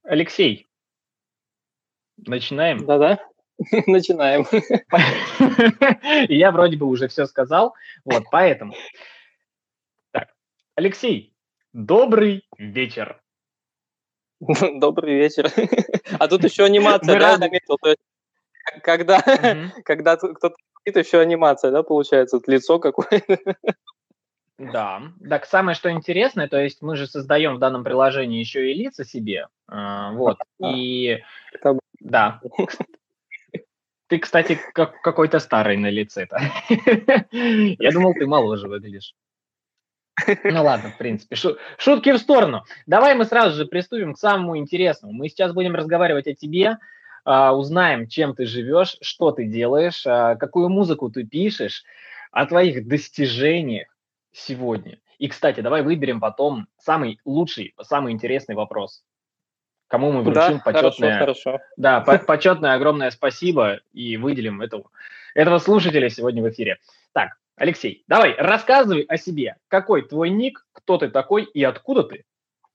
Алексей, начинаем. Да-да, начинаем. Я вроде бы уже все сказал, вот, поэтому. Так, Алексей, добрый вечер. Добрый вечер. А тут еще анимация, Мы да, я рады. заметил? То есть, когда, Мгм. когда кто-то говорит, еще анимация, да, получается, вот лицо какое-то. Да, так самое что интересное, то есть мы же создаем в данном приложении еще и лица себе, вот, и Это да, ты, кстати, как какой-то старый на лице-то. Я думал, ты моложе выглядишь. Ну ладно, в принципе, шутки в сторону. Давай мы сразу же приступим к самому интересному. Мы сейчас будем разговаривать о тебе, узнаем, чем ты живешь, что ты делаешь, какую музыку ты пишешь, о твоих достижениях сегодня. И, кстати, давай выберем потом самый лучший, самый интересный вопрос. Кому мы Да, вручим хорошо, почетное, хорошо. да, почетное огромное спасибо и выделим этого слушателя сегодня в эфире. Так, Алексей, давай, рассказывай о себе. Какой твой ник, кто ты такой и откуда ты?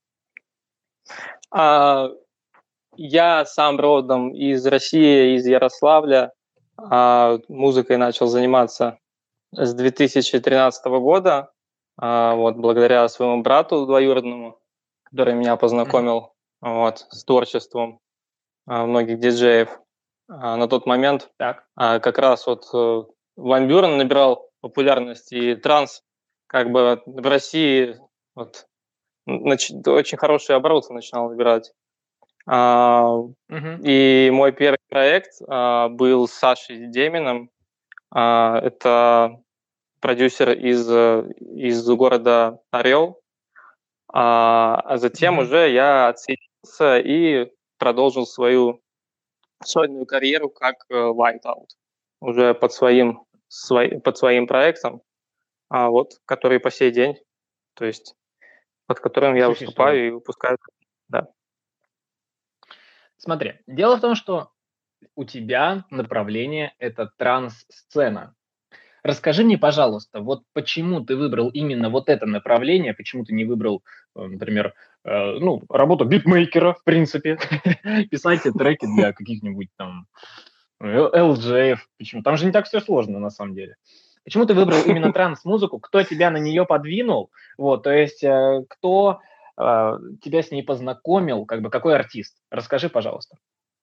А, я сам родом из России, из Ярославля. Музыкой начал заниматься с 2013 года, вот, благодаря своему брату двоюродному, который меня Мгм. познакомил вот, с творчеством многих диджеев. На тот момент Так. как раз вот Ван Бюрен набирал популярность, и транс как бы в России вот, очень хорошие обороты начинал набирать. А, Мгм. И мой первый проект был с Сашей Деминым. Это продюсер из города Орел. А затем Мгм. уже я отсоединился и продолжил свою сольную карьеру как Whiteout, уже под своим проектом, вот, который по сей день, то есть под которым я Существует. выступаю и выпускаю. Да. Смотри, дело в том, что у тебя направление это транс-сцена. Расскажи мне, пожалуйста, вот почему ты выбрал именно вот это направление, почему ты не выбрал, например, ну, работу битмейкера, в принципе, писать треки для каких-нибудь там LJ, почему? Там же не так все сложно на самом деле. Почему ты выбрал именно транс-музыку? Кто тебя на нее подвинул? Вот, то есть кто тебя с ней познакомил, как бы какой артист? Расскажи, пожалуйста.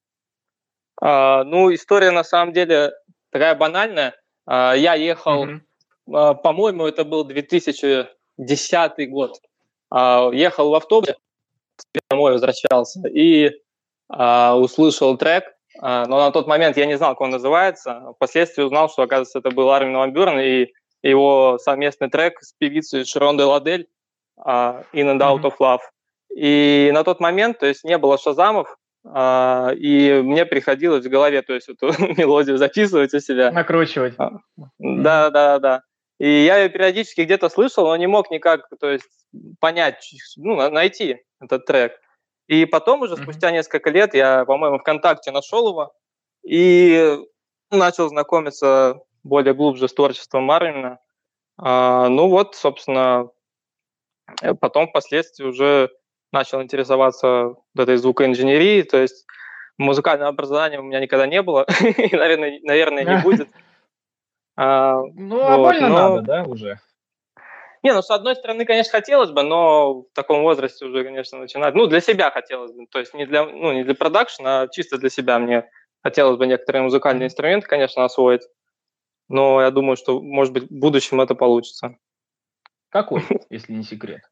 Ну, история на самом деле такая банальная. Я ехал, Мгм. по-моему, это был 2010 год. Ехал в автобусе, домой возвращался и услышал трек, но на тот момент я не знал, как он называется. Впоследствии узнал, что, оказывается, это был Армин ван Бюрен и его совместный трек с певицей Широн де Ладель «In and Out Мгм. of Love». И на тот момент, то есть, не было шазамов, и мне приходилось в голове, то есть, эту мелодию записывать у себя. Накручивать. А, Мгм. Да, да, да. И я ее периодически где-то слышал, но не мог никак, то есть, понять, ну, найти этот трек. И потом уже Мгм. спустя несколько лет я, по-моему, ВКонтакте нашел его и начал знакомиться более глубже с творчеством Марвина. Ну вот, собственно, потом впоследствии уже начал интересоваться вот этой звукоинженерией, то есть музыкального образования у меня никогда не было, и, наверное, не будет. А, Ну, а Вот, больно надо, но да, уже? не, ну, с одной стороны, конечно, хотелось бы, но в таком возрасте уже, конечно, начинать. Ну, для себя хотелось бы, то есть не для продакшена, а чисто для себя мне хотелось бы некоторые музыкальные Мгм. инструменты, конечно, освоить, но я думаю, что, может быть, в будущем это получится. Какой, если не секрет?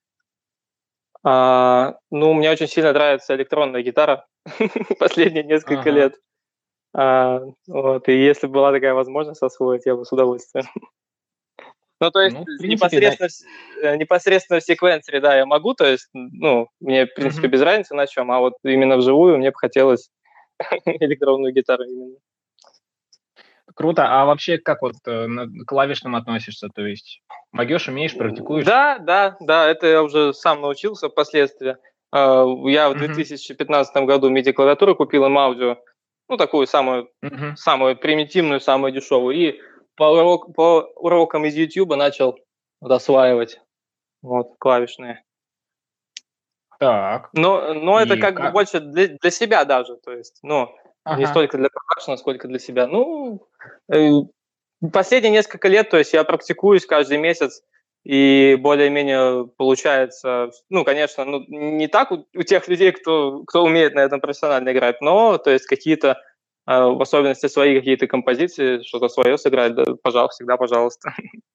Ну, мне очень сильно нравится электронная гитара последние несколько Ага. лет. Вот, и если была такая возможность освоить, я бы с удовольствием. Ну, то есть Ну, в принципе, да. непосредственно в секвенсоре, да, я могу, то есть, ну, мне, в принципе, Мгм. без разницы на чем, а вот именно вживую мне бы хотелось электронную гитару именно. Круто. А вообще, как вот к клавишным относишься? То есть могешь, умеешь, практикуешь? Да, да, да, это я уже сам научился впоследствии. Я в Мгм. 2015 году MIDI-клавиатуру купил им аудио, ну, такую самую, Мгм. самую примитивную, самую дешевую, и по урокам из YouTube начал вот осваивать вот, клавишные. Так. Но это И как бы как? больше для себя даже, то есть, ну, не Ага. столько для продакшена, сколько для себя. Ну, э, последние несколько лет, то есть я практикуюсь каждый месяц, и более-менее получается, ну, конечно, ну, не так у тех людей, кто умеет на этом профессионально играть, но, то есть, какие-то в особенности свои какие-то композиции, что-то свое сыграть, да, пожалуйста, всегда пожалуйста.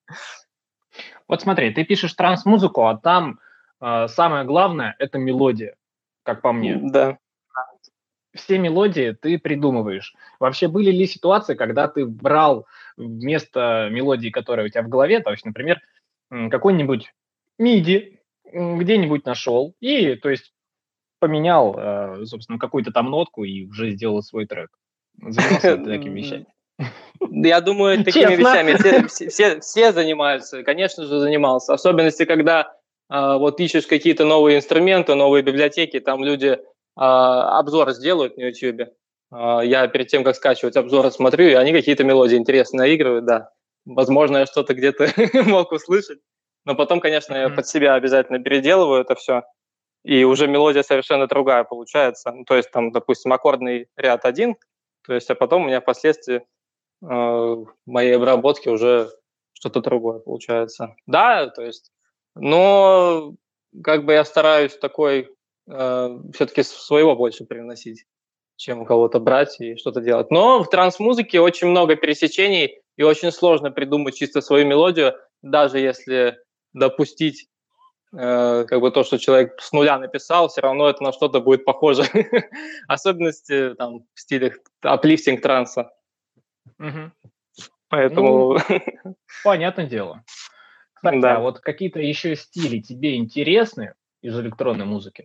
Вот смотри, ты пишешь транс-музыку, а там самое главное – это мелодия, как по мне. Да. Все мелодии ты придумываешь. Вообще были ли ситуации, когда ты брал вместо мелодии, которая у тебя в голове, то есть, например, какой-нибудь MIDI где-нибудь нашел и, то есть, поменял, собственно, какую-то там нотку и уже сделал свой трек? Занимался ли ты такими вещами? Я думаю, такими Честно. вещами все занимаются, конечно же, занимался. Особенности, когда вот ищешь какие-то новые инструменты, новые библиотеки, там люди обзоры сделают на YouTube. Я перед тем, как скачивать обзоры, смотрю, и они какие-то мелодии интересные наигрывают, да. Возможно, я что-то где-то мог услышать. Но потом, конечно, я под себя обязательно переделываю это все. И уже мелодия совершенно другая получается. Ну, то есть там, допустим, аккордный ряд один, то есть, а потом у меня впоследствии в моей обработке уже что-то другое получается. Да, то есть, но как бы я стараюсь такой все-таки своего больше привносить, чем у кого-то брать и что-то делать. Но в транс-музыке очень много пересечений, и очень сложно придумать чисто свою мелодию, даже если допустить как бы то, что человек с нуля написал, все равно это на что-то будет похоже. Особенности там в стилях аплифтинг транса. Мгм. Ну, Поэтому, понятное дело. Кстати, а да. вот какие-то еще стили тебе интересны из электронной музыки?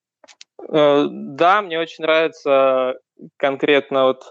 Да, мне очень нравится конкретно вот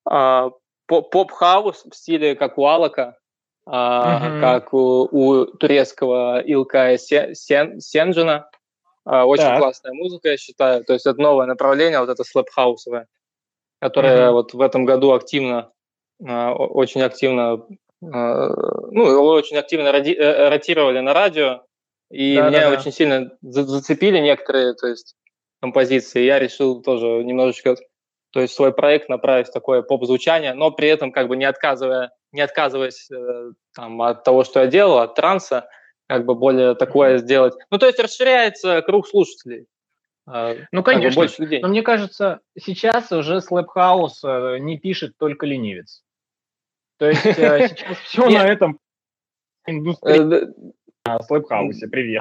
поп-хаус в стиле как у Алака, Мгм. как у турецкого Илкая Сенджина. Очень Так. классная музыка, я считаю. То есть это новое направление, вот это слэп-хаусовое, которое Мгм. вот в этом году активно, очень активно, ну, его очень активно ротировали на радио, и меня Да-да-да. очень сильно зацепили некоторые, то есть композиции. Я решил тоже немножечко, то есть свой проект направить в такое поп-звучание, но при этом как бы не отказываясь там, от того, что я делал, от транса, как бы более Мгм. такое сделать. Ну, то есть расширяется круг слушателей, Ну, как бы конечно. больше людей. Но мне кажется, сейчас уже Slap House не пишет только ленивец. То есть сейчас все на Не, этом индустрии э, Slap House. Привет.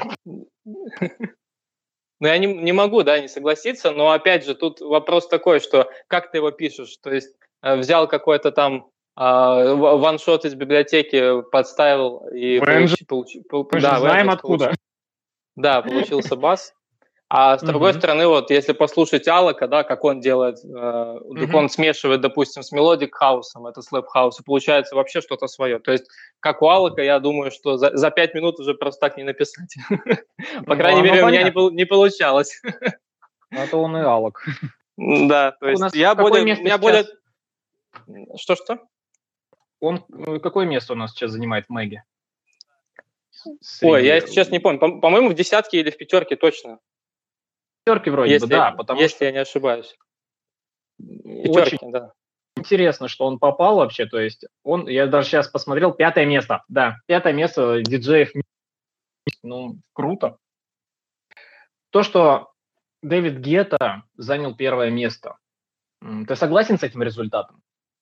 ну, я не могу, да, не согласиться, но опять же тут вопрос такой, что как ты его пишешь, то есть взял какой-то там ваншот из библиотеки, подставил и Мы же да, в знаем Engines откуда. да, получился бас. А с другой Мгм. стороны, вот если послушать Алока, да, как он делает, так Мгм. он смешивает, допустим, с мелодик хаусом, это слэп хаус, и получается вообще что-то свое. То есть, как у Алока, я думаю, что за 5 минут уже просто так не написать. По Ну, крайней оно мере, у меня понятно. не получалось. А то он и алок. Да, то У есть нас какое у место меня более... сейчас? Что-что? Какое место у нас сейчас занимает в Мэге? Ой, я, Среди если честно, не помню. По-моему, в десятке или в пятерке точно, пятерки вроде бы, да, потому если что я не ошибаюсь. очень Пятерки, да. интересно, что он попал вообще, то есть я даже сейчас посмотрел, 5 место, да, 5 место диджеев, ну, круто. То, что Дэвид Гетта занял 1 место, ты согласен с этим результатом?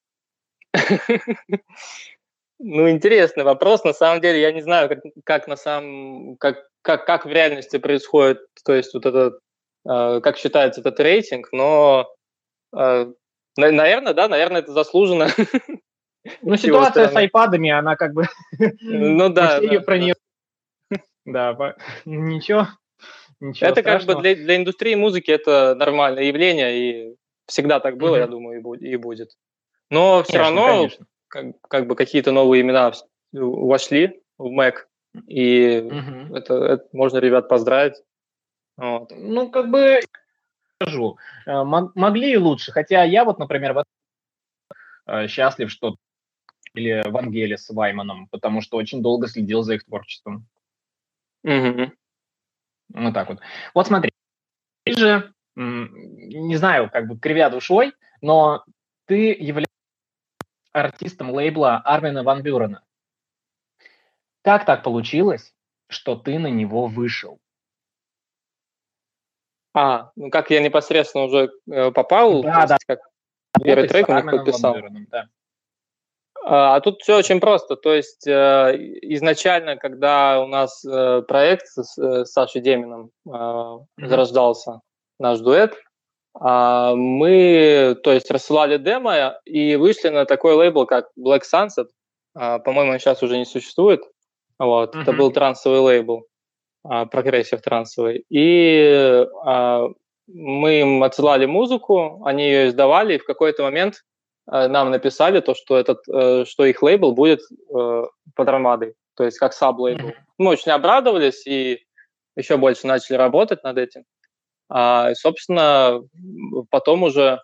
Ну, интересный вопрос. На самом деле, я не знаю, как на самом, как в реальности происходит, то есть вот этот, как считается этот рейтинг, но, наверное, да, наверное, это заслуженно Ну, с его ситуация с стороны. айпадами, она как бы, Ну мы да, все ее да, про да. нее, да, ничего, ничего Это как бы страшного. для индустрии музыки это нормальное явление, и всегда так было, я Мгм. думаю, и будет. Но все Конечно, равно конечно. как бы какие-то новые имена вошли в Mac, и Мгм. это можно ребят поздравить. Вот. Ну, как бы, скажу, могли и лучше, хотя я вот, например, счастлив, что или Вангелис с Вайманом, потому что очень долго следил за их творчеством. Мгм. Вот так вот. Вот смотри. Ты же, не знаю, как бы кривя душой, но ты являешься артистом лейбла Армина ван Бюрена. Как так получилось, что ты на него вышел? Ну как я непосредственно уже попал, то Да, да, есть как первый работать с трек у них Армином ван подписал. Бюреном, да. А тут все очень просто. То есть изначально, когда у нас проект с Сашей Деминым зарождался, наш дуэт, мы, то есть, рассылали демо и вышли на такой лейбл, как Black Sunset. По-моему, он сейчас уже не существует. Вот. Это был трансовый лейбл, прогрессив трансовый. И мы им отсылали музыку, они ее издавали, и в какой-то момент нам написали то, что их лейбл будет под Ромадой, то есть как саб-лейбл. Мы очень обрадовались и еще больше начали работать над этим. И, собственно, потом уже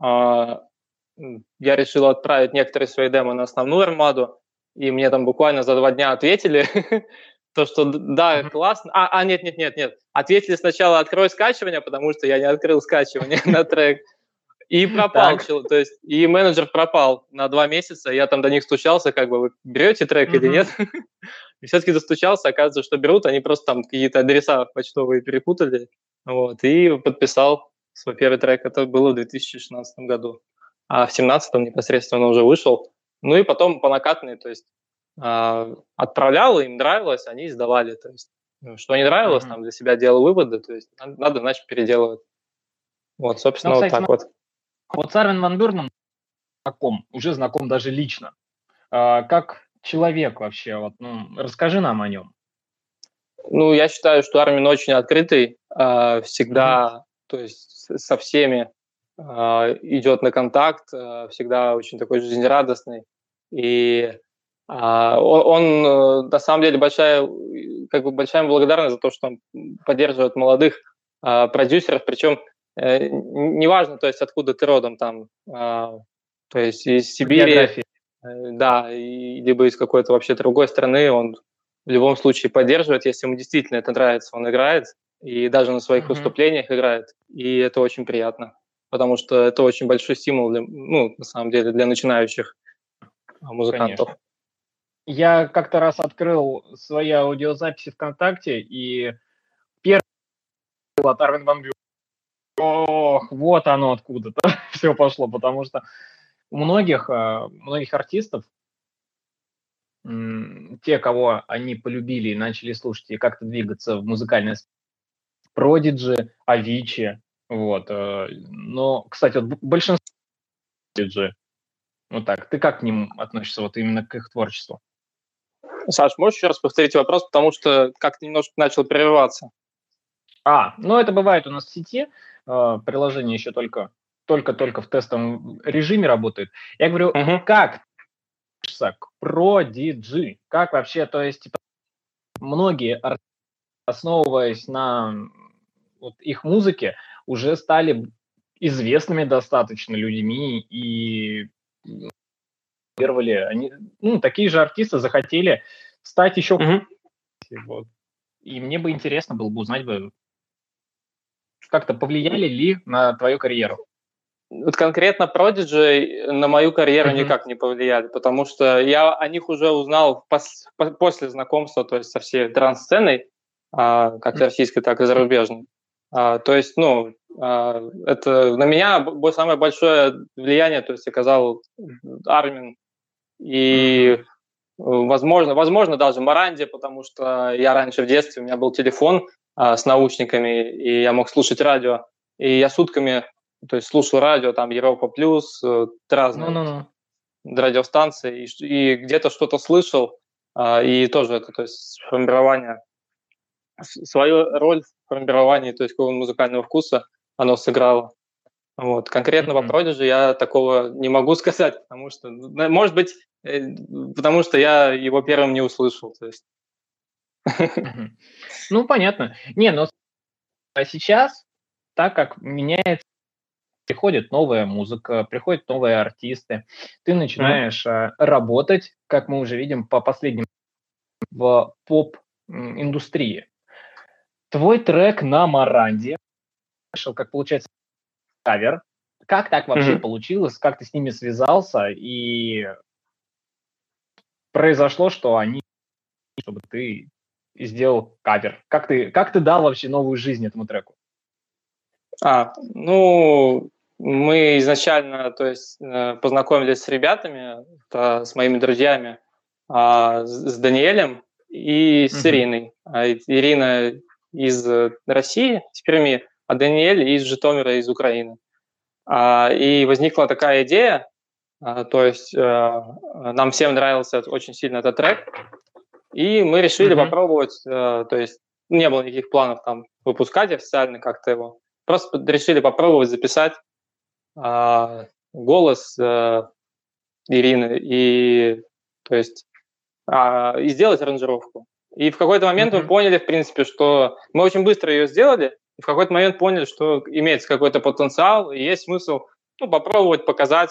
я решил отправить некоторые свои демо на основную армаду, и мне там буквально за 2 дня ответили, то, что да, классно. Нет. Ответили сначала «открой скачивание», потому что я не открыл скачивание на трек. И пропал, то есть и менеджер пропал на 2 месяца. Я там до них стучался, как бы, вы берете трек или нет? И все-таки достучался, оказывается, что берут, они просто там какие-то адреса почтовые перепутали. Вот, и подписал свой первый трек. Это было в 2016 году. А в 2017 непосредственно уже вышел. Ну и потом по накатанной, то есть отправлял, им нравилось, они издавали. То есть, что не нравилось, там для себя делал выводы, то есть надо, значит, переделывать. Вот, собственно, Ну, вот кстати, так вот. вот с Армин ван Бюреном уже знаком даже лично. Как человек вообще, вот, расскажи нам о нем. Ну, я считаю, что Армин очень открытый, всегда, то есть со всеми идет на контакт, всегда очень такой жизнерадостный. И он на самом деле большая благодарность за то, что он поддерживает молодых продюсеров, причем неважно, то есть откуда ты родом там, то есть из Сибири, да, либо из какой-то вообще другой страны, он в любом случае поддерживает, если ему действительно это нравится, он играет, и даже на своих выступлениях играет, и это очень приятно, потому что это очень большой стимул, на самом деле, для начинающих музыкантов. Конечно. Я как-то раз открыл свои аудиозаписи ВКонтакте, и первый был от Армин ван Бюрен. Ох, вот оно откуда-то все пошло, потому что у многих артистов, те, кого они полюбили и начали слушать и как-то двигаться в музыкальной Prodigy, Avicii, вот. Но, кстати, вот большинство Prodigy, вот так. Ты как к ним относишься, вот именно к их творчеству? Саш, можешь еще раз повторить вопрос, потому что как-то немножко начал прерываться. Ну это бывает у нас в сети, приложение еще только в тестовом режиме работает. Я говорю, как к Prodigy? Как вообще, то есть многие артисты, основываясь на вот их музыке, уже стали известными достаточно людьми и они, такие же артисты захотели стать еще вот. И мне бы интересно было бы узнать как-то повлияли ли на твою карьеру? Вот конкретно Prodigy на мою карьеру никак не повлияли, потому что я о них уже узнал после знакомства, то есть со всей транс-сценой, как российской, так и зарубежной. То есть, это на меня самое большое влияние, то есть оказал Армин и, возможно, даже Моранди, потому что я раньше в детстве, у меня был телефон с наушниками, и я мог слушать радио, и я сутками, то есть слушал радио, там Европа Плюс, разные радиостанции, и где-то что-то слышал, и тоже это, то есть формирование, свою роль в формировании, то есть какого-то музыкального вкуса оно сыграло. Вот. Конкретно по Prodigy я такого не могу сказать, потому что, может быть, потому что я его первым не услышал. То есть. Ну, понятно. Но сейчас, так как меняется, приходит новая музыка, приходят новые артисты, ты начинаешь работать, как мы уже видим по последним, в поп-индустрии. Твой трек на Моранди слышал, как получается кавер. Как так вообще получилось? Как ты с ними связался? И произошло, что они, чтобы ты сделал кавер. Как ты дал вообще новую жизнь этому треку? Ну, мы изначально, то есть, познакомились с ребятами, с моими друзьями, с Даниэлем и с Ириной. Ирина из России, из Перми, а Даниэль из Житомира, из Украины. И возникла такая идея, то есть нам всем нравился очень сильно этот трек, и мы решили попробовать, то есть не было никаких планов там выпускать официально как-то его, просто решили попробовать записать голос Ирины и, то есть, и сделать аранжировку. И в какой-то момент мы поняли, в принципе, что мы очень быстро ее сделали, и в какой-то момент поняли, что имеется какой-то потенциал, и есть смысл попробовать показать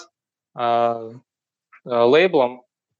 лейблам.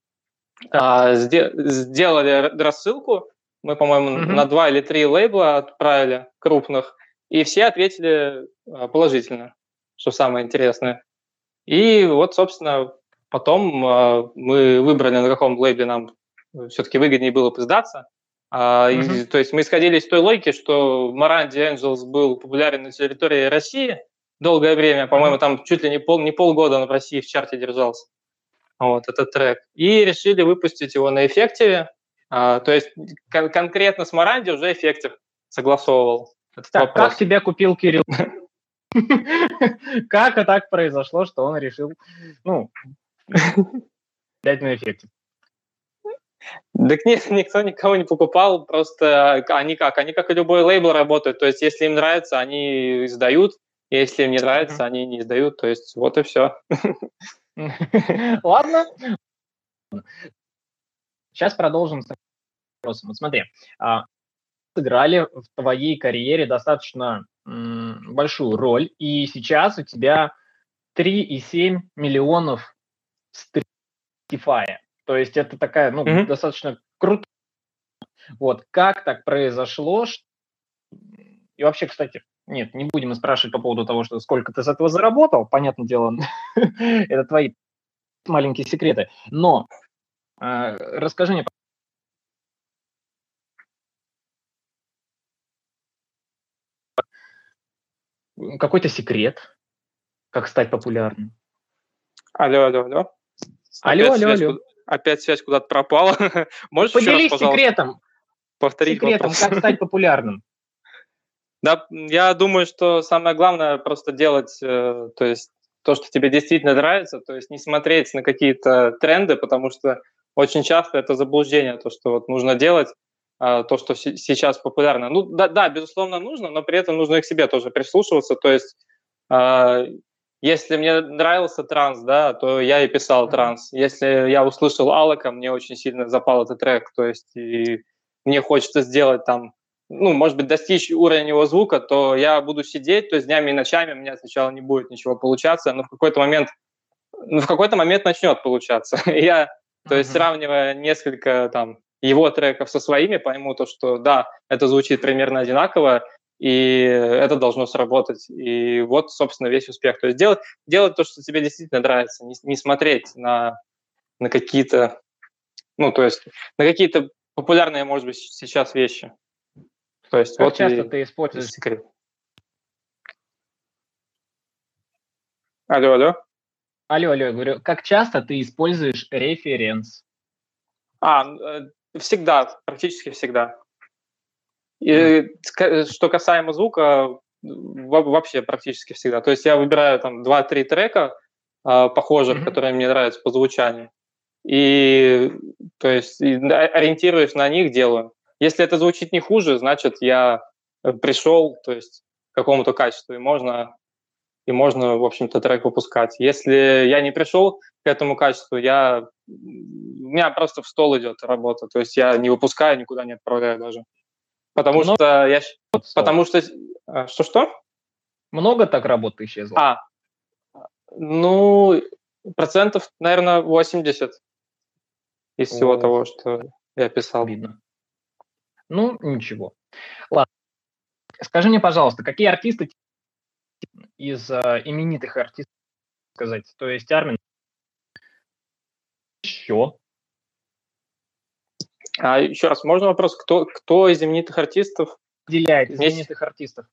Сделали рассылку, мы, по-моему, на 2 или 3 лейбла отправили, крупных, и все ответили положительно, что самое интересное. И вот, собственно, потом мы выбрали, на каком лейбле нам все-таки выгоднее было бы сдаться. То есть мы исходили из той логики, что Morandi Angels был популярен на территории России долгое время, по-моему, там чуть ли не полгода он в России в чарте держался. Вот этот трек. И решили выпустить его на Effective. То есть конкретно с Morandi уже Effective согласовывал этот вопрос. Как тебя купил Кирилл? Как так произошло, что он решил, дать на Effective? Так нет, никто никого не покупал, просто они как и любой лейбл работают, то есть если им нравится, они издают, если им не нравится, они не издают, то есть вот и все. Ладно. Сейчас продолжим с вопросом. Вот смотри, сыграли в твоей карьере достаточно большую роль, и сейчас у тебя 3,7 миллионов Spotify. То есть это такая, достаточно крутая. Вот, как так произошло? И вообще, кстати, нет, не будем спрашивать по поводу того, что сколько ты с этого заработал, понятное дело, это твои маленькие секреты. Но расскажи мне, какой-то секрет, как стать популярным? Алло. Алло. Опять связь куда-то пропала. Можешь Поделись еще раз, пожалуйста, секретом. повторить вопрос? Как стать популярным. Да, я думаю, что самое главное просто делать, то есть то, что тебе действительно нравится, то есть не смотреть на какие-то тренды, потому что очень часто это заблуждение, то, что вот нужно делать то, что сейчас популярно. Ну да, безусловно, нужно, но при этом нужно и к себе тоже прислушиваться. То есть если мне нравился транс, да, то я и писал транс. Если я услышал Алока, мне очень сильно запал этот трек, то есть и мне хочется сделать там, может быть, достичь уровня его звука, то я буду сидеть, то есть днями и ночами у меня сначала не будет ничего получаться, но в какой-то момент начнет получаться. Я, то есть, сравнивая несколько там его треков со своими, пойму то, что да, это звучит примерно одинаково, и это должно сработать. И вот, собственно, весь успех. То есть делать то, что тебе действительно нравится, не смотреть на какие-то, то есть на какие-то популярные, может быть, сейчас вещи. То есть Как вот часто ты используешь... секрет. Алло. Алло, я говорю, как часто ты используешь референс? Всегда, практически всегда. И что касаемо звука, вообще практически всегда. То есть я выбираю там 2-3 трека похожих, которые мне нравятся по звучанию, и то есть ориентируюсь на них, делаю. Если это звучит не хуже, значит я пришел, то есть к какому-то качеству, и можно, в общем-то, трек выпускать. Если я не пришел к этому качеству, у меня просто в стол идет работа, то есть я не выпускаю, никуда не отправляю даже. Потому что Что? Много так работы исчезло? Процентов, наверное, 80 из всего того, что я писал. Видно. Ничего. Ладно. Скажи мне, пожалуйста, какие артисты из именитых артистов, сказать. То есть Армин еще А еще раз, можно вопрос, кто из знаменитых артистов, выделяет из Есть- знаменитых артистов.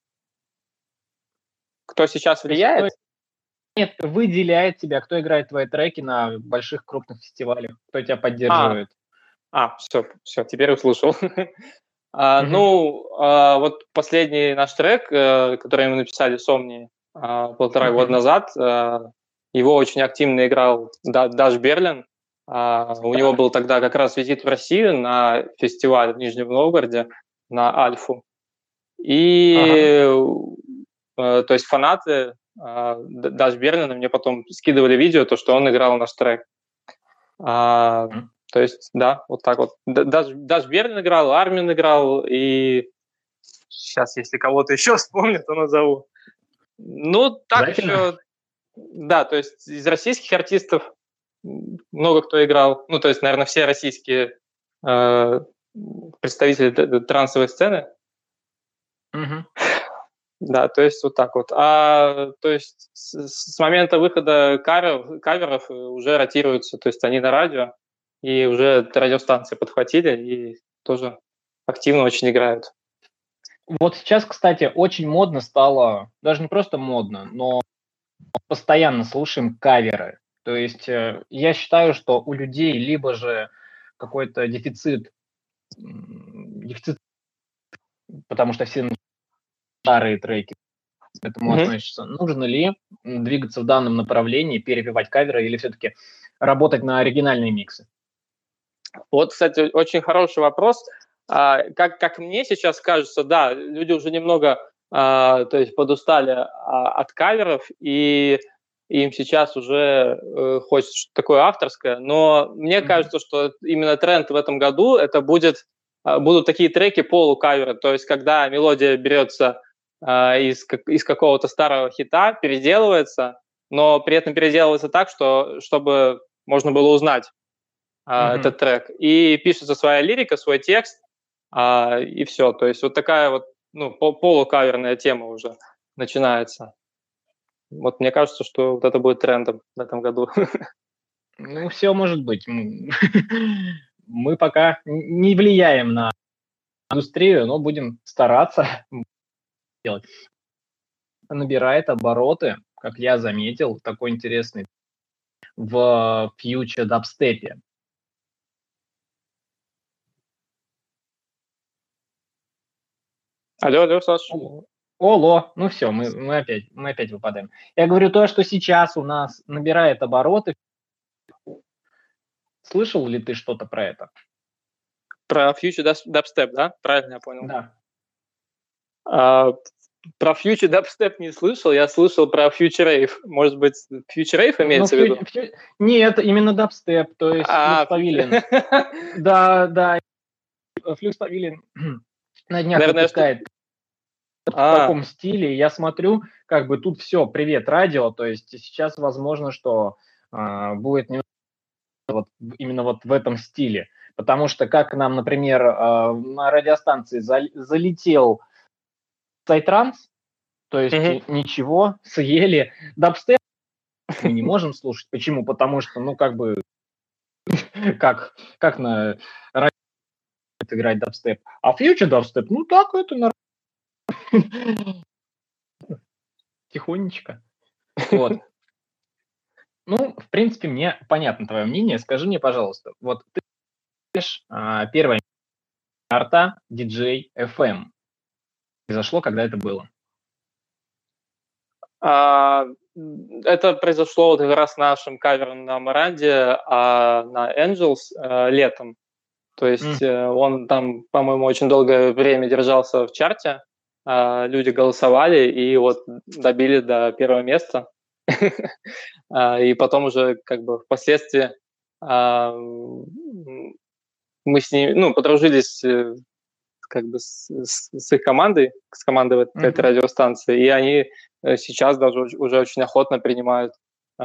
кто сейчас То есть влияет? нет, выделяет тебя, кто играет твои треки на больших крупных фестивалях, кто тебя поддерживает. Все, теперь услышал. Мгм. Вот последний наш трек, который мы написали с Omni 1,5 года Мгм. назад, его очень активно играл Даш Берлин. У него был тогда как раз визит в Россию на фестиваль в Нижнем Новгороде, на Альфу. Ага. И то есть фанаты Даш Берлина мне потом скидывали видео, то, что он играл наш трек. Мгм. То есть, да, вот так вот. Даш Берлин играл, Армин играл, и сейчас, если кого-то еще вспомню, то назову. Ну, так Обязательно? еще, да, то есть из российских артистов много кто играл. Ну, то есть, наверное, все российские э, представители трансовой сцены. Мгм. Да, то есть вот так вот. То есть с момента выхода каверов уже ротируются, то есть они на радио, и уже радиостанции подхватили и тоже активно очень играют. Вот сейчас, кстати, очень модно стало, даже не просто модно, но постоянно слушаем каверы. То есть я считаю, что у людей либо же какой-то дефицит, потому что все старые треки к этому Мгм. относятся. Нужно ли двигаться в данном направлении, перепевать каверы или все-таки работать на оригинальные миксы? Вот, кстати, очень хороший вопрос. Как мне сейчас кажется, да, люди уже немного то есть подустали от каверов, и им сейчас уже хочется что-то такое авторское, но мне Мгм. кажется, что именно тренд в этом году это будут такие треки полукаверы, то есть когда мелодия берется из какого-то старого хита, переделывается, но при этом переделывается так, чтобы можно было узнать Мгм. этот трек. И пишется своя лирика, свой текст, и все. То есть вот такая вот полукаверная тема уже начинается. Вот мне кажется, что вот это будет трендом в этом году. Ну, все может быть. Мы пока не влияем на индустрию, но будем стараться делать. Набирает обороты, как я заметил, такой интересный в фьючер дабстепе. Алло, Саш. Оло, ну все, мы опять выпадаем. Я говорю то, что сейчас у нас набирает обороты. Слышал ли ты что-то про это? Про фьючер дабстеп, да? Правильно я понял. Да. А, Про фьючер дабстеп не слышал, я слышал про фьючер рейв. Может быть, фьючер рейв Ну, имеется в виду? нет, именно дабстеп, то есть Flux Pavilion. Да, да, Flux Pavilion на днях Наверное, что... выпускает в таком стиле. Я смотрю, как бы тут все, привет, радио, то есть сейчас возможно, что будет именно вот в этом стиле. Потому что как нам, например, на радиостанции залетел Сайтранс, то есть Мгм. ничего, съели. Дабстеп мы не можем слушать. Почему? Потому что, ну, как бы, как на радио играть дабстеп. А фьючер дабстеп, ну, так, это тихонечко. Вот. Ну, в принципе, мне понятно твое мнение. Скажи мне, пожалуйста, вот ты знаешь, первое марта DJ FM произошло, когда это было? А, Это произошло вот как раз нашим кавером на Маранде, на Angels летом. То есть он там, по-моему, очень долгое время держался в чарте, люди голосовали и вот добили до первого места. И потом уже как бы впоследствии мы с ними, ну, подружились как бы с их командой, с командой этой Мгм. радиостанции, и они сейчас даже уже очень охотно принимают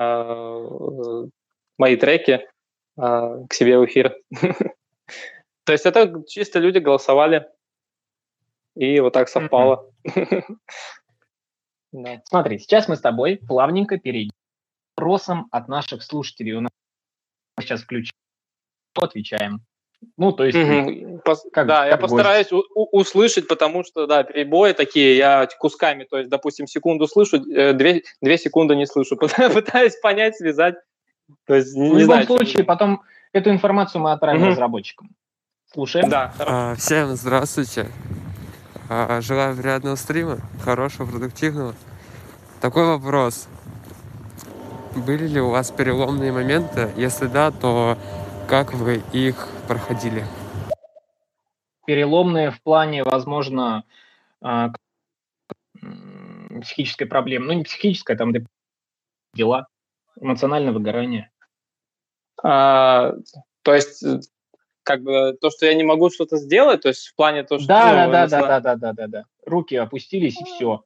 мои треки к себе в эфир. То есть это чисто люди голосовали, и вот так Мгм. совпало. Да. Смотри, сейчас мы с тобой плавненько перейдем к вопросам от наших слушателей. У нас сейчас включим, отвечаем. Ну, то есть, Да, я как гость. постараюсь услышать, потому что, да, перебои такие, я кусками, то есть, допустим, секунду слышу, 2 секунды не слышу, пытаюсь понять, связать. То есть, В любом случае, потом эту информацию мы отправим разработчикам. Слушаем. Да, хорошо. Всем здравствуйте. Желаю приятного стрима, хорошего, продуктивного. Такой вопрос. Были ли у вас переломные моменты? Если да, то как вы их проходили? Переломные в плане, возможно, психической проблемы. Ну, не психическая, там дела, эмоциональное выгорание. То есть, как бы то, что я не могу что-то сделать, то есть в плане того, что... Да. Руки опустились и все.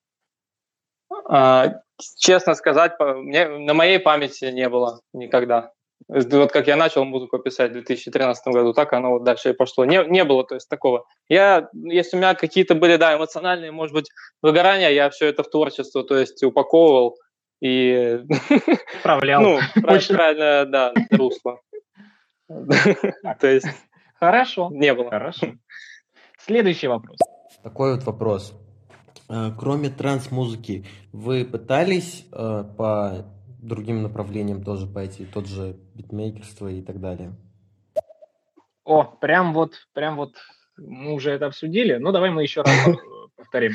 Честно сказать, на моей памяти не было никогда. Вот как я начал музыку писать в 2013 году, так оно вот дальше и пошло. Не было, то есть, такого. Если у меня какие-то были, да, эмоциональные, может быть, выгорания, я все это в творчество, то есть, упаковывал и... Вправлял. Ну, правильно, да, русло. То есть... Хорошо. Не было. Хорошо. Следующий вопрос. Такой вот вопрос. Кроме транс-музыки, вы пытались по другим направлениям тоже пойти, тот же битмейкерство и так далее? О, прям вот мы уже это обсудили. Ну, давай мы еще раз повторим.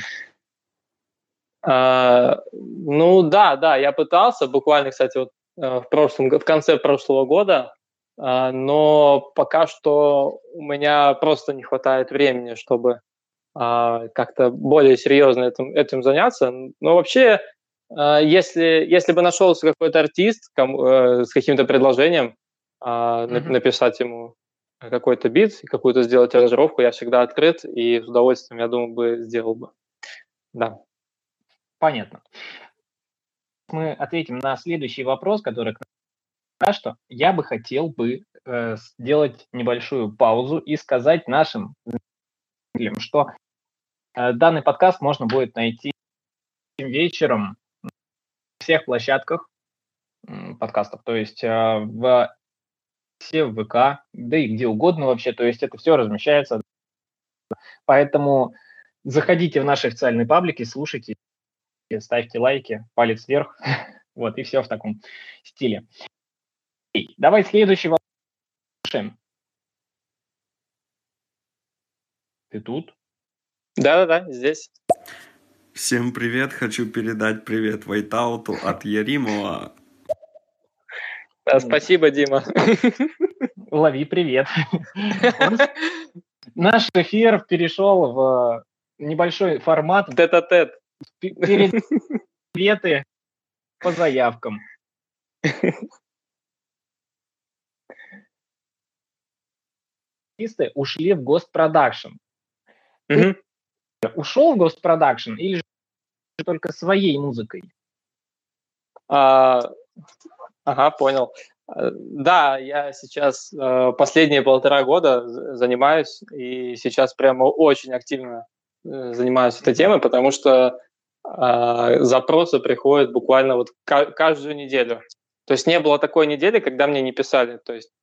Ну, да, я пытался, буквально, кстати, вот в конце прошлого года, но пока что у меня просто не хватает времени, чтобы как-то более серьезно этим заняться. Но вообще, если бы нашелся какой-то артист с каким-то предложением, написать ему какой-то бит, какую-то сделать аранжировку, я всегда открыт и с удовольствием, я думаю, бы сделал бы. Да. Понятно. Мы ответим на следующий вопрос, который пока что я бы хотел сделать небольшую паузу и сказать нашим зрителям, что данный подкаст можно будет найти вечером на всех площадках подкастов, то есть в ВК, да и где угодно вообще, то есть это все размещается. Поэтому заходите в наши официальные паблики, слушайте, ставьте лайки, палец вверх, вот, и все в таком стиле. Давай следующий вопрос слушаем. Ты тут? Да, здесь. Всем привет, хочу передать привет Вайтауту от Яримова. Спасибо, Дима. Лови привет. Наш эфир перешел в небольшой формат. Тет-а-тет. Приветы по заявкам. Артисты ушли в госпродакшн. Ушел в госпродакшн или же только своей музыкой? Ага, понял. Да, я сейчас последние 1,5 года занимаюсь, и сейчас прямо очень активно занимаюсь этой темой, потому что запросы приходят буквально вот каждую неделю. То есть не было такой недели, когда мне не писали, то есть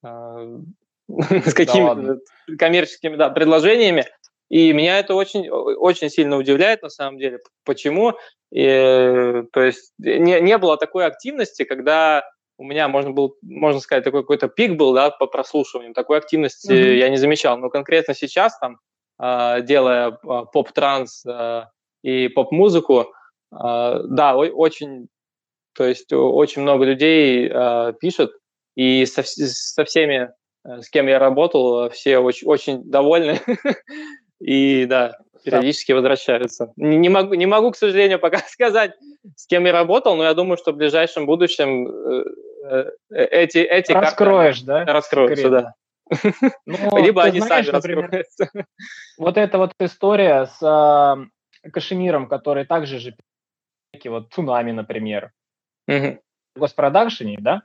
с какими-то коммерческими предложениями. И меня это очень, очень сильно удивляет на самом деле. Почему? То есть не было такой активности, когда у меня можно сказать, такой какой-то пик был, да, по прослушиваниям. Такой активности я не замечал. Но конкретно сейчас, там, делая поп-транс и поп-музыку, да, очень, то есть очень много людей пишут, и со всеми, с кем я работал, все очень, очень довольны. И да, периодически возвращаются. Не могу, к сожалению, пока сказать, с кем я работал, но я думаю, что в ближайшем будущем эти раскроешь, карты раскроются, да. Либо они сами раскроются. Вот эта вот история с Кашемиром, который также же вот «Цунами», например, в госпродакшене, да?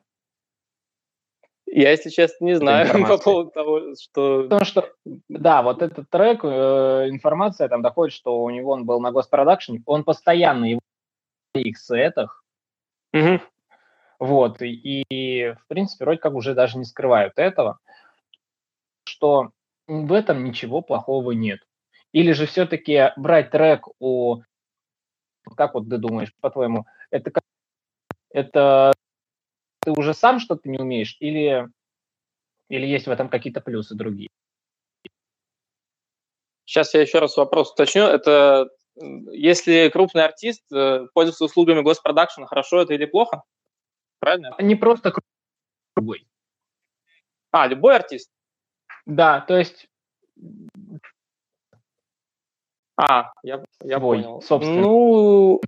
Я, если честно, не знаю по поводу того, что... Потому что, да, вот этот трек, информация там доходит, что у него он был на госпродакшене, он постоянно его их сетах, Мгм. вот, и, в принципе, вроде как уже даже не скрывают этого, что в этом ничего плохого нет. Или же все-таки брать трек как вот ты думаешь, по-твоему, это ты уже сам что-то не умеешь, или есть в этом какие-то плюсы другие? Сейчас я еще раз вопрос уточню. Это если крупный артист пользуется услугами госпродакшена, хорошо это или плохо? Правильно? Не просто другой. Любой артист? Да, то есть Я свой, понял. собственно. Ну,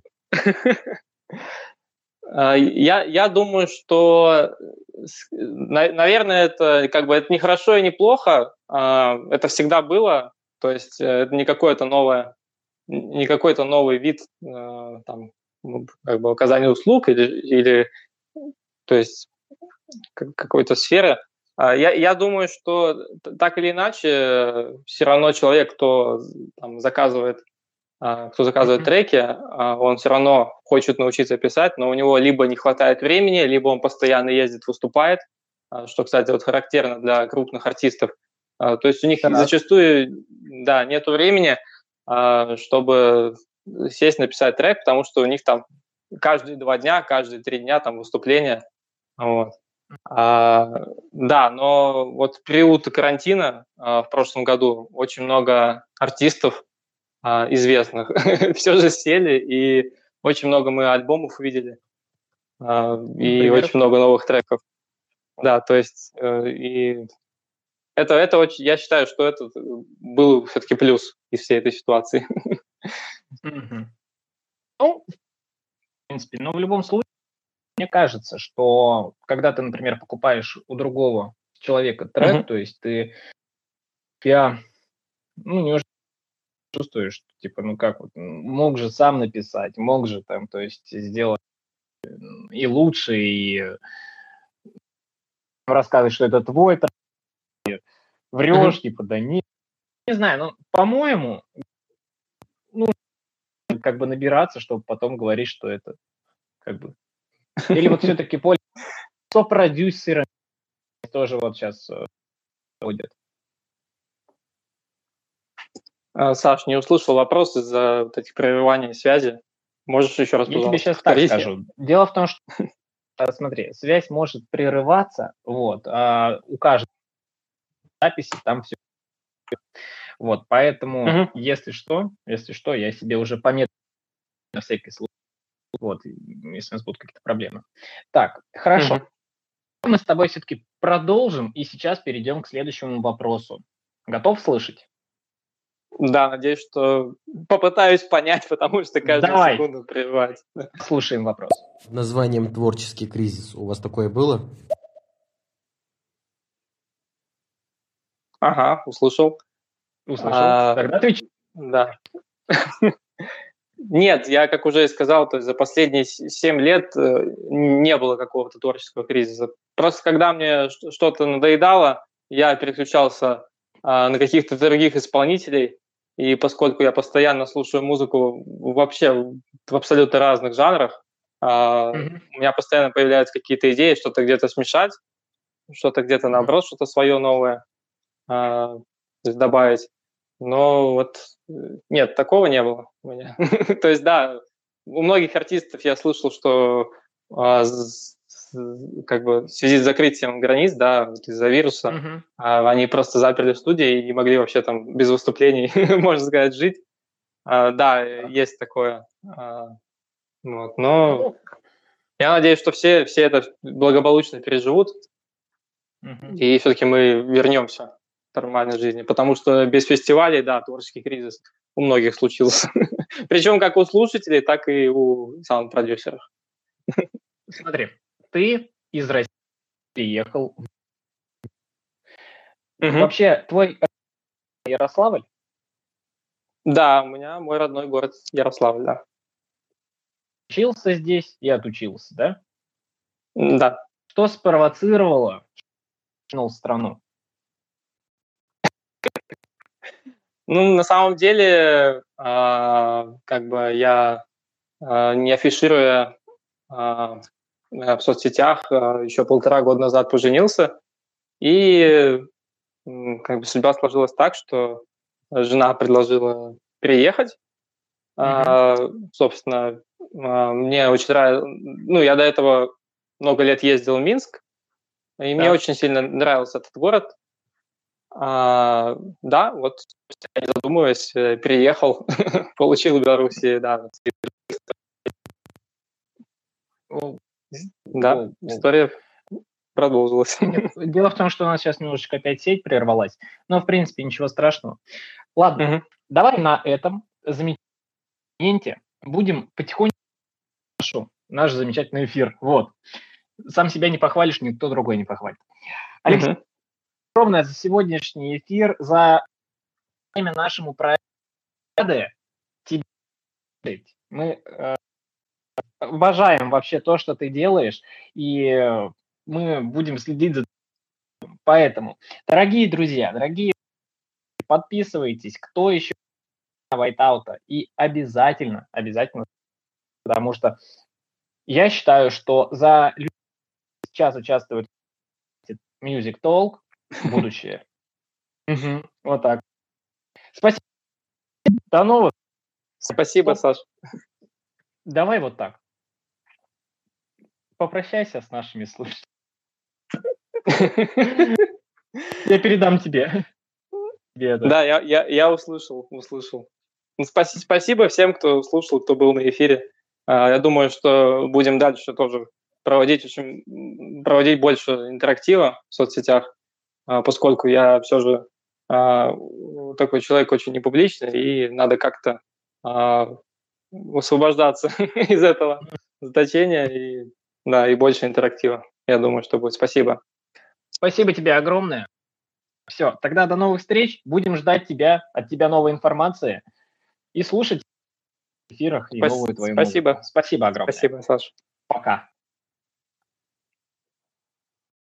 я думаю, что, наверное, это как бы это не хорошо и не плохо. Это всегда было. То есть это не какой-то новый вид там, как бы оказания услуг или то есть какой-то сферы. Я думаю, что так или иначе все равно человек, там заказывает треки, он все равно хочет научиться писать, но у него либо не хватает времени, либо он постоянно ездит, выступает, что, кстати, вот характерно для крупных артистов. То есть у них Так. зачастую, да, нету времени, чтобы сесть, написать трек, потому что у них там каждые 2 дня, каждые 3 дня там выступления. Вот. Да, но вот в период карантина в прошлом году очень много артистов известных все же сели, и очень много мы альбомов увидели, и Например, очень много новых треков. Да, то есть и это очень, я считаю, что это был все-таки плюс из всей этой ситуации. мгм. Ну, в принципе, но в любом случае, мне кажется, что когда ты, например, покупаешь у другого человека трек, Мгм. то есть я, не чувствуешь, что, типа, как вот, мог же сам написать, мог же там, то есть сделать и лучше, и рассказывать, что это твой трек, Мгм. врешь, типа, да не знаю, по-моему, как бы набираться, чтобы потом говорить, что это как бы... Или вот все-таки сопродюсеры тоже вот сейчас ходят. Саш, не услышал вопрос из-за вот этих прерываний связи. Можешь еще раз, Я тебе пожалуйста, сейчас так повторить? скажу. Дело в том, что, смотри, связь может прерываться, вот, а у каждой записи там все. Вот, поэтому, Мгм. если что, я себе уже пометил на всякий случай, вот, если у нас будут какие-то проблемы. Так, хорошо. Мгм. Мы с тобой все-таки продолжим и сейчас перейдем к следующему вопросу. Готов слышать? Да, надеюсь, что попытаюсь понять, потому что каждую Давай, секунду прерывать. слушаем вопрос. Названием «Творческий кризис» у вас такое было? Ага, услышал. Услышал? А, Тогда отвечай. да. Нет, я, как уже и сказал, то есть за последние 7 лет не было какого-то творческого кризиса. Просто когда мне что-то надоедало, я переключался на каких-то других исполнителей, и поскольку я постоянно слушаю музыку вообще в абсолютно разных жанрах, Мгм. у меня постоянно появляются какие-то идеи, что-то где-то смешать, что-то где-то наоборот, что-то свое новое то есть добавить. Но вот нет, такого не было у меня. То есть, да, у многих артистов я слышал, что как бы в связи с закрытием границ, да, вот из-за вируса, Мгм. они просто заперли студии и не могли вообще там без выступлений, можно сказать, жить. Да, Так. есть такое. Вот. Но Ну, я надеюсь, что все это благополучно переживут, мгм. и все-таки мы вернемся к нормальной жизни, потому что без фестивалей, да, творческий кризис у многих случился. Причем как у слушателей, так и у саунд-продюсеров. Смотри, ты из России приехал. Мгм. Вообще, твой Ярославль Да, у меня мой родной город Ярославль, да. учился здесь и отучился, да? Да. Что спровоцировало страну? Ну, на самом деле, как бы я не афишируя в соцсетях, еще 1,5 года назад поженился. И как бы судьба сложилась так, что жена предложила приехать. Собственно, мне очень нравилось... Ну, я до этого много лет ездил в Минск, и мне очень сильно нравился этот город. Да, вот, не задумываясь, приехал, получил в Беларуси, да. Да, история продолжилась. Дело в том, что у нас сейчас немножечко опять сеть прервалась, но, в принципе, ничего страшного. Ладно, давай на этом замечательном будем потихоньку наш замечательный эфир. Вот. Сам себя не похвалишь, никто другой не похвалит. Алексей, огромное за сегодняшний эфир, за время нашему проекту. Мы обожаем вообще то, что ты делаешь, и мы будем следить за этим. Поэтому, дорогие друзья, подписывайтесь, кто еще на Whiteout, и обязательно, потому что я считаю, что за людьми сейчас участвует Music Talk, будущее. Вот так. Спасибо. До новых. Спасибо, Саш. Давай вот так. Попрощайся с нашими слушателями. Я передам тебе. Да, я услышал. Спасибо всем, кто слушал, кто был на эфире. Я думаю, что будем дальше тоже проводить больше интерактива в соцсетях, поскольку я все же такой человек очень непубличный, и надо как-то освобождаться из этого заточения и больше интерактива. Я думаю, что будет. Спасибо. Спасибо тебе огромное. Все, тогда до новых встреч. Будем ждать от тебя новой информации и слушать в эфирах и новую твою музыку. Спасибо огромное. Спасибо, Саша. Пока.